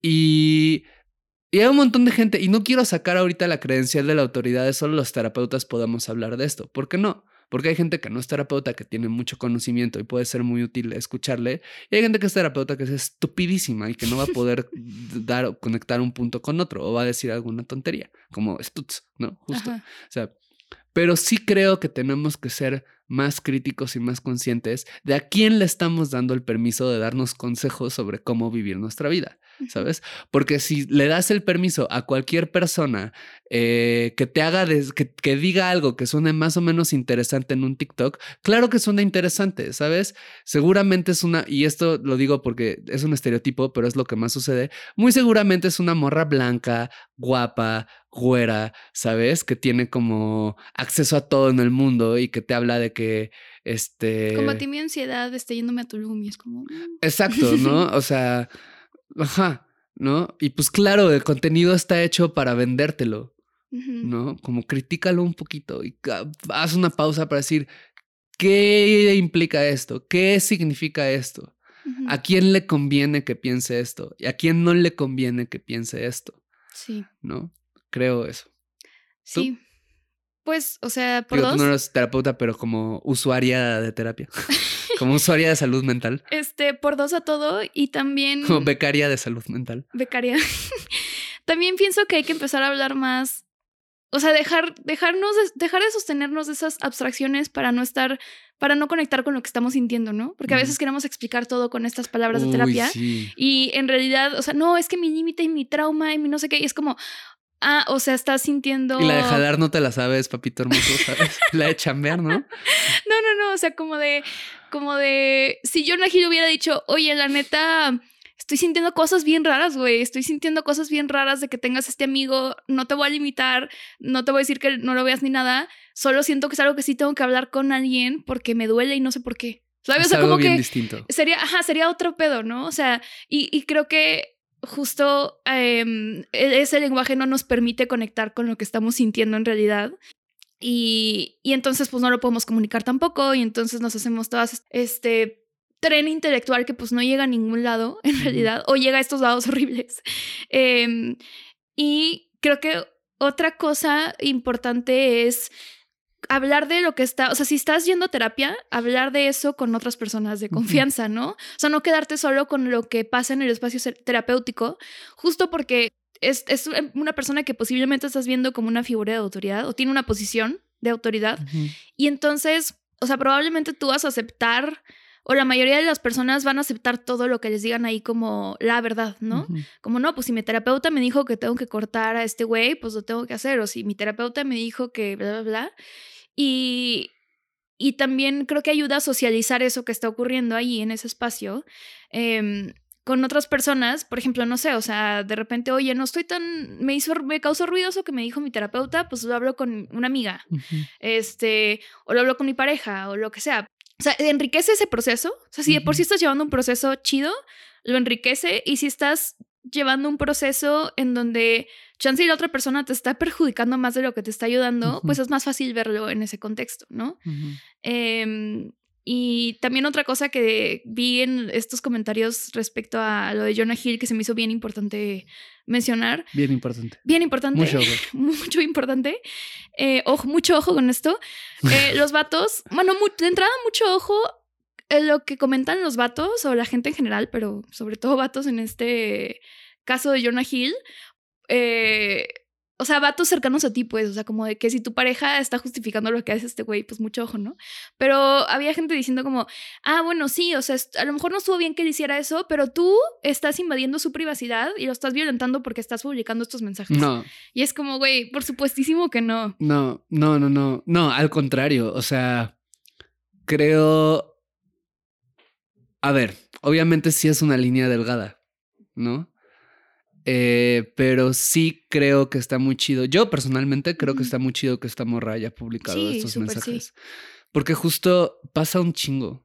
Y hay un montón de gente, y no quiero sacar ahorita la credencial de la autoridad de solo los terapeutas podamos hablar de esto. ¿Por qué no? Porque hay gente que no es terapeuta, que tiene mucho conocimiento y puede ser muy útil escucharle. Y hay gente que es terapeuta que es estupidísima y que no va a poder dar o conectar un punto con otro o va a decir alguna tontería, como Stutz, ¿no? Justo. Ajá. O sea, pero sí creo que tenemos que ser más críticos y más conscientes de a quién le estamos dando el permiso de darnos consejos sobre cómo vivir nuestra vida. ¿sabes? Porque si le das el permiso a cualquier persona que te haga, que diga algo que suene más o menos interesante en un TikTok, claro que suena interesante, ¿sabes? Seguramente es una, y esto lo digo porque es un estereotipo, pero es lo que más sucede, muy seguramente es una morra blanca, guapa, güera, ¿sabes? Que tiene como acceso a todo en el mundo y que te habla de que Combatí mi ansiedad yéndome a Tulum y es como... Exacto, ¿no? O sea, ajá, ¿no? Y pues claro, el contenido está hecho para vendértelo, ¿no? Como critícalo un poquito y haz una pausa para decir, ¿qué implica esto? ¿Qué significa esto? ¿A quién le conviene que piense esto? ¿Y a quién no le conviene que piense esto? Sí. ¿No? Creo eso. Sí. ¿Tú? Pues, o sea, por Digo, dos. tú no eres terapeuta, pero como usuaria de terapia. Como usuaria de salud mental. Por dos a todo y también... Como becaria de salud mental. Becaria. También pienso que hay que empezar a hablar más. O sea, dejar de sostenernos de esas abstracciones para no conectar con lo que estamos sintiendo, ¿no? Porque a veces queremos explicar todo con estas palabras de terapia. Sí. Y en realidad, o sea, no, es que mi límite y mi trauma y mi no sé qué. Y es como, o sea, estás sintiendo... Y la de jalar no te la sabes, papito hermoso, ¿sabes? La de chambear, ¿no? No, o sea, como de, si Jonah Hill hubiera dicho, oye, la neta, estoy sintiendo cosas bien raras, güey, estoy sintiendo cosas bien raras de que tengas este amigo, no te voy a limitar, no te voy a decir que no lo veas ni nada, solo siento que es algo que sí tengo que hablar con alguien porque me duele y no sé por qué. ¿Sabes? Es o sea, algo como bien que distinto. Sería otro pedo, ¿no? O sea, y creo que justo ese lenguaje no nos permite conectar con lo que estamos sintiendo en realidad. Y entonces pues no lo podemos comunicar tampoco y entonces nos hacemos todas tren intelectual que pues no llega a ningún lado en realidad o llega a estos lados horribles. Y creo que otra cosa importante es hablar de lo que está, o sea, si estás yendo a terapia, hablar de eso con otras personas de confianza, ¿no? O sea, no quedarte solo con lo que pasa en el espacio terapéutico, justo porque es una persona que posiblemente estás viendo como una figura de autoridad o tiene una posición de autoridad. Y entonces, o sea, probablemente tú vas a aceptar, o la mayoría de las personas van a aceptar todo lo que les digan ahí como la verdad, ¿no? Como no, pues si mi terapeuta me dijo que tengo que cortar a este güey, pues lo tengo que hacer. O si mi terapeuta me dijo que bla, bla, bla. Y también creo que ayuda a socializar eso que está ocurriendo ahí en ese espacio con otras personas. Por ejemplo, no sé, o sea, de repente, oye, no estoy tan... Me causó ruido eso que me dijo mi terapeuta, pues lo hablo con una amiga, o lo hablo con mi pareja, o lo que sea. O sea, enriquece ese proceso. O sea, si de por sí estás llevando un proceso chido, lo enriquece. Y si estás llevando un proceso en donde chance y la otra persona te está perjudicando más de lo que te está ayudando, pues es más fácil verlo en ese contexto, ¿no? Y también otra cosa que vi en estos comentarios respecto a lo de Jonah Hill que se me hizo bien importante mencionar. Bien importante. Bien importante. Mucho ojo. Mucho importante. Mucho ojo con esto. Los vatos, bueno, de entrada mucho ojo lo que comentan los vatos o la gente en general, pero sobre todo vatos en este caso de Jonah Hill. O sea, vatos cercanos a ti, pues, o sea, como de que si tu pareja está justificando lo que hace este güey, pues mucho ojo, ¿no? Pero había gente diciendo como, bueno, sí, o sea, a lo mejor no estuvo bien que él hiciera eso, pero tú estás invadiendo su privacidad y lo estás violentando porque estás publicando estos mensajes. No. Y es como, güey, por supuestísimo que no. No, al contrario, o sea, creo... A ver, obviamente sí es una línea delgada, ¿no? Pero sí creo que está muy chido. Yo personalmente creo que está muy chido que esta morra haya publicado estos mensajes. Sí. Porque justo pasa un chingo.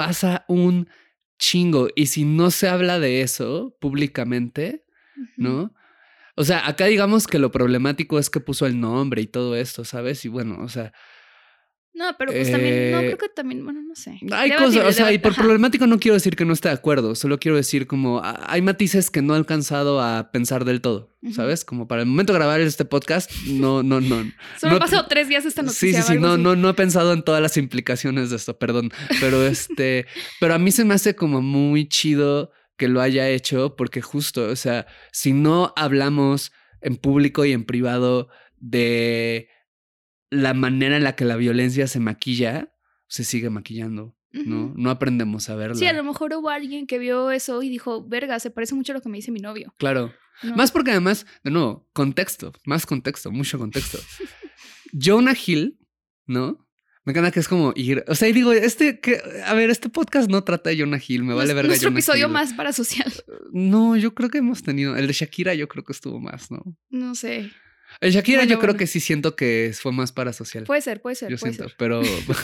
Y si no se habla de eso públicamente, ¿no? O sea, acá digamos que lo problemático es que puso el nombre y todo esto, ¿sabes? Y bueno, o sea... No, pero pues también, no, creo que también, bueno, no sé. Hay cosas, o sea, y por problemático no quiero decir que no esté de acuerdo, solo quiero decir como hay matices que no he alcanzado a pensar del todo, ¿sabes? Como para el momento de grabar este podcast, no. Solo han pasado 3 días esta noticia. Sí, no he pensado en todas las implicaciones de esto, perdón, pero pero a mí se me hace como muy chido que lo haya hecho porque justo, o sea, si no hablamos en público y en privado de la manera en la que la violencia se maquilla, se sigue maquillando, ¿no? No aprendemos a verla. Sí, a lo mejor hubo alguien que vio eso y dijo, verga, se parece mucho a lo que me dice mi novio. Claro. ¿No? Más porque además, de nuevo, mucho contexto. Jonah Hill, ¿no? Me encanta que es como ir, o sea, y digo, este podcast no trata de Jonah Hill, me vale verga Nuestro Jonah episodio Hill. más parasocial. No, yo creo que hemos tenido, el de Shakira yo creo que estuvo más, ¿no? No sé. El Shakira yo creo que sí siento que fue más parasocial. Puede ser. Yo siento, pero...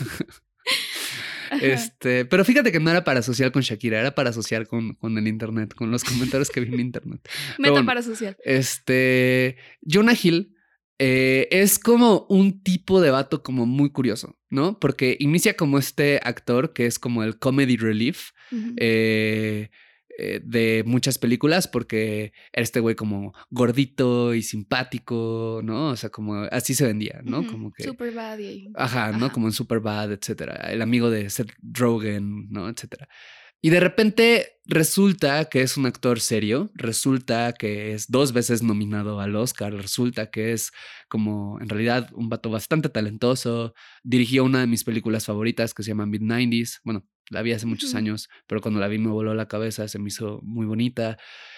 pero fíjate que no era parasocial con Shakira, era parasocial con el internet, con los comentarios que vi en internet. Meta parasocial. Jonah Hill es como un tipo de vato como muy curioso, ¿no? Porque inicia como este actor que es como el comedy relief de muchas películas, porque era este güey como gordito y simpático, ¿no? O sea, como así se vendía, ¿no? Como que... Superbad. Ajá, ¿no? Como en Superbad, etcétera. El amigo de Seth Rogen, ¿no? Etcétera. Y de repente resulta que es un actor serio, resulta que es 2 veces nominado al Oscar, resulta que es como en realidad un vato bastante talentoso, dirigió una de mis películas favoritas que se llama Mid-90s, bueno, la vi hace muchos años, pero cuando la vi me voló la cabeza, se me hizo muy bonita.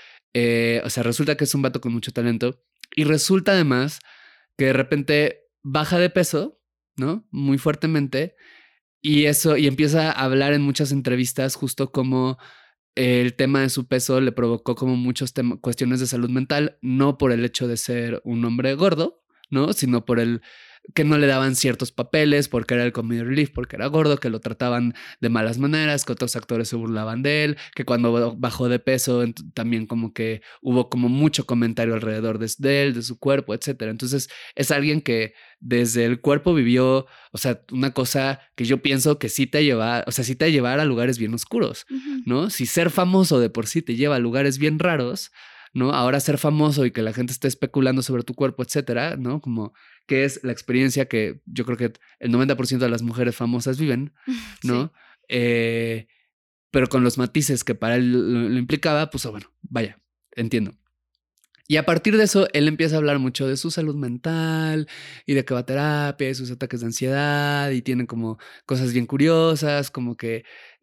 O sea, resulta que es un vato con mucho talento y resulta además que de repente baja de peso, ¿no? Muy fuertemente. Y empieza a hablar en muchas entrevistas justo como el tema de su peso le provocó como muchas cuestiones de salud mental, no por el hecho de ser un hombre gordo, ¿no? Sino por el que no le daban ciertos papeles, porque era el comedy relief, porque era gordo, que lo trataban de malas maneras, que otros actores se burlaban de él, que cuando bajó de peso también como que hubo como mucho comentario alrededor de él, de su cuerpo, etcétera. Entonces es alguien que desde el cuerpo vivió, o sea, una cosa que yo pienso que sí te lleva, o sea, sí te lleva a lugares bien oscuros, ¿no? Si ser famoso de por sí te lleva a lugares bien raros, ¿no? Ahora ser famoso y que la gente esté especulando sobre tu cuerpo, etcétera, ¿no? Como que es la experiencia que yo creo que el 90% de las mujeres famosas viven, ¿no? Sí. Pero con los matices que para él lo implicaba, pues bueno, vaya, entiendo. Y a partir de eso, él empieza a hablar mucho de su salud mental y de que va a terapia y sus ataques de ansiedad y tiene como cosas bien curiosas, como que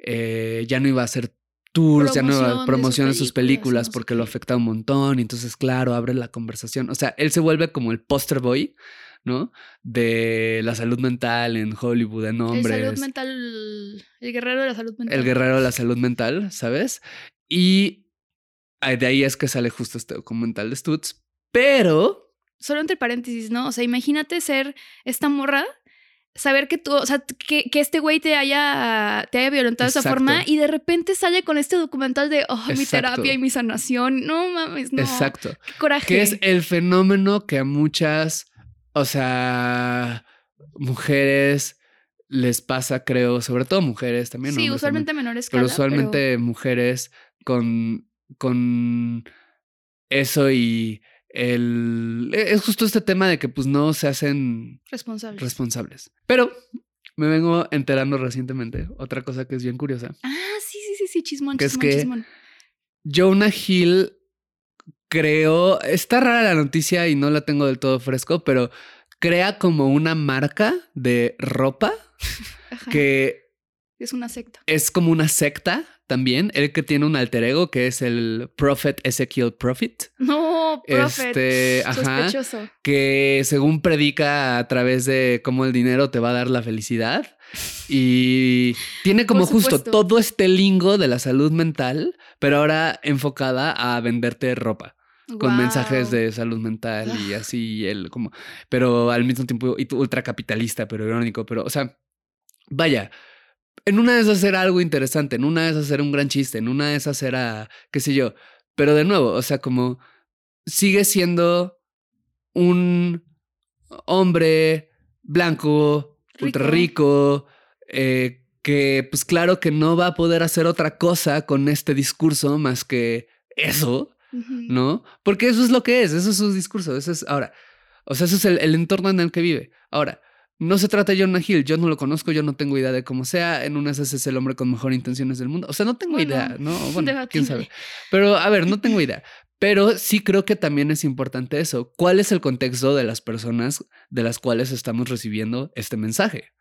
ya no iba a hacer tours, ya no iba a promocionar sus películas no porque lo afecta un montón. Y entonces, claro, abre la conversación. O sea, él se vuelve como el poster boy, ¿no? De la salud mental en Hollywood, en hombres. El salud mental, el guerrero de la salud mental. El guerrero de la salud mental, ¿sabes? Y de ahí es que sale justo este documental de Stutz, pero... Solo entre paréntesis, ¿no? O sea, imagínate ser esta morra, saber que tú, o sea, que este güey te haya violentado de esa forma y de repente sale con este documental de, mi terapia y mi sanación. No mames, no. Exacto. Qué coraje. Que es el fenómeno que a muchas, o sea, mujeres les pasa, creo, sobre todo mujeres también. Sí, usualmente también, menor escala. Pero usualmente mujeres con eso y es justo este tema de que pues no se hacen responsables. Pero me vengo enterando recientemente otra cosa que es bien curiosa. Sí, chismón, que chismón, es que chismón. Jonah Hill creó, está rara la noticia y no la tengo del todo fresco, pero crea como una marca de ropa que es una secta. Es como una secta también. Él que tiene un alter ego que es el Prophet Ezekiel Prophet. No, Prophet. Sospechoso. Que según predica a través de cómo el dinero te va a dar la felicidad. Y tiene como justo todo este lingo de la salud mental, pero ahora enfocada a venderte ropa. Con mensajes de salud mental y así, él como, pero al mismo tiempo ultracapitalista, pero irónico, pero, o sea, vaya, en una de esas era algo interesante, en una de esas era un gran chiste, en una de esas era, qué sé yo, pero de nuevo, o sea, como sigue siendo un hombre blanco, ultra rico, que pues claro que no va a poder hacer otra cosa con este discurso más que eso, ¿no? Porque eso es lo que es, eso es su discurso, eso es ahora, o sea, eso es el entorno en el que vive. Ahora, no se trata de Jonah Hill, yo no lo conozco, yo no tengo idea de cómo sea, en una de esas es el hombre con mejor intenciones del mundo, o sea, no tengo idea, ¿no? Bueno, quién sabe. Pero a ver, no tengo idea. Pero sí creo que también es importante eso. ¿Cuál es el contexto de las personas de las cuales estamos recibiendo este mensaje?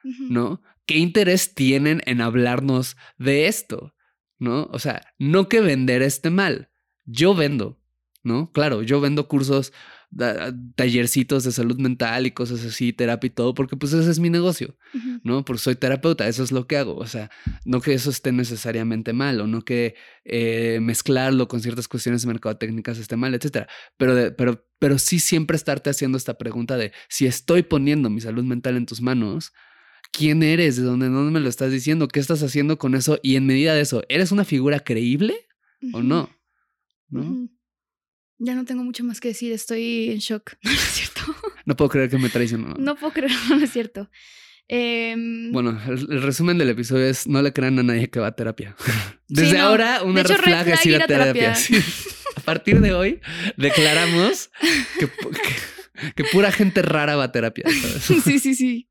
¿no? ¿Qué interés tienen en hablarnos de esto? ¿No? O sea, no que vender esté mal. Yo vendo, ¿no? Claro, yo vendo cursos, tallercitos de salud mental y cosas así, terapia y todo, porque pues ese es mi negocio, ¿no? Porque soy terapeuta, eso es lo que hago. O sea, no que eso esté necesariamente mal o no que mezclarlo con ciertas cuestiones mercadotécnicas esté mal, etcétera. Pero sí siempre estarte haciendo esta pregunta de si estoy poniendo mi salud mental en tus manos, ¿quién eres? ¿De dónde me lo estás diciendo? ¿Qué estás haciendo con eso? Y en medida de eso, ¿eres una figura creíble o no? ¿No? Ya no tengo mucho más que decir, estoy en shock. No es cierto. No puedo creer que me traicionó. No puedo creerlo, no es cierto. Bueno, el resumen del episodio es: no le crean a nadie que va a terapia. Desde ahora, una red flag es ir a terapia. Sí. A partir de hoy, declaramos que pura gente rara va a terapia, ¿sabes? Sí.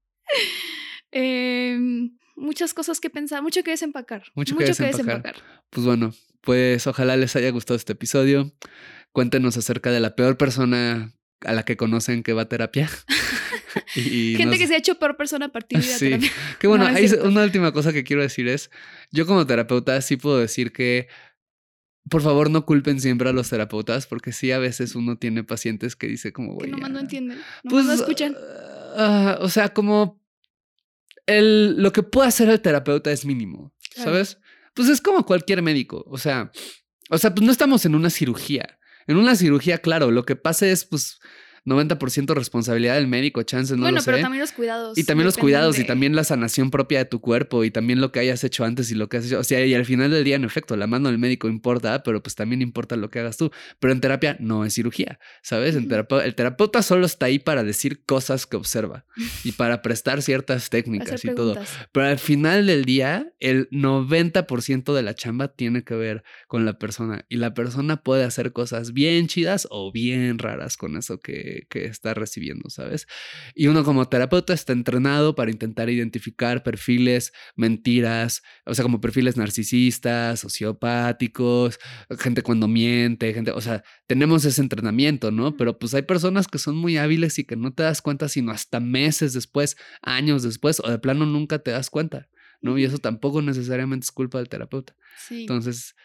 Muchas cosas que pensar, mucho que desempacar. Mucho que desempacar. Pues bueno, pues ojalá les haya gustado este episodio. Cuéntenos acerca de la peor persona a la que conocen que va a terapia. Gente que se ha hecho peor persona a partir de la terapia. Que bueno, hay una última cosa que quiero decir es, yo como terapeuta sí puedo decir que por favor no culpen siempre a los terapeutas, porque sí a veces uno tiene pacientes que dice como, güey, que nomás no entienden, pues, no escuchan. O sea, como lo que puede hacer el terapeuta es mínimo, ¿sabes? Pues es como cualquier médico, o sea, pues no estamos en una cirugía. En una cirugía, claro, lo que pasa es, pues, 90% responsabilidad del médico, chance, no lo sé. Bueno, pero también los cuidados. Y también los cuidados y también la sanación propia de tu cuerpo y también lo que hayas hecho antes y lo que has hecho. O sea, y al final del día, en efecto, la mano del médico importa, pero pues también importa lo que hagas tú. Pero en terapia no es cirugía, ¿sabes? El terapeuta solo está ahí para decir cosas que observa y para prestar ciertas técnicas y todo. Pero al final del día, el 90% de la chamba tiene que ver con la persona y la persona puede hacer cosas bien chidas o bien raras con eso que está recibiendo, ¿sabes? Y uno como terapeuta está entrenado para intentar identificar perfiles, mentiras, o sea, como perfiles narcisistas, sociopáticos, gente cuando miente, o sea, tenemos ese entrenamiento, ¿no? Pero pues hay personas que son muy hábiles y que no te das cuenta sino hasta meses después, años después, o de plano nunca te das cuenta, ¿no? Y eso tampoco necesariamente es culpa del terapeuta. Sí. Entonces,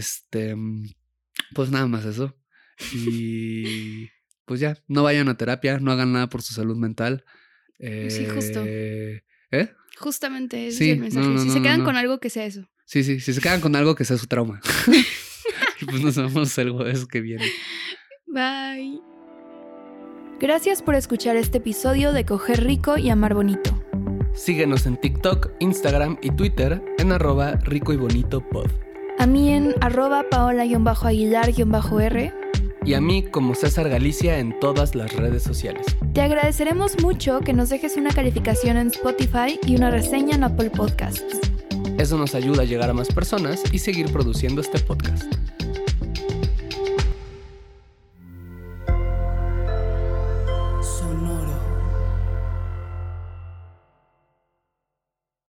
pues nada más eso. Y pues ya, no vayan a terapia, no hagan nada por su salud mental. Sí, justo. Justamente ese es el mensaje. Si se quedan con algo, que sea eso. Sí, si se quedan con algo, que sea su trauma. Y pues nos vemos el jueves que viene. Bye. Gracias por escuchar este episodio de Coger Rico y Amar Bonito. Síguenos en TikTok, Instagram y Twitter en @ricoybonitopod. A mí en @paola_aguilar_r. Y a mí como César Galicia en todas las redes sociales. Te agradeceremos mucho que nos dejes una calificación en Spotify y una reseña en Apple Podcasts. Eso nos ayuda a llegar a más personas y seguir produciendo este podcast.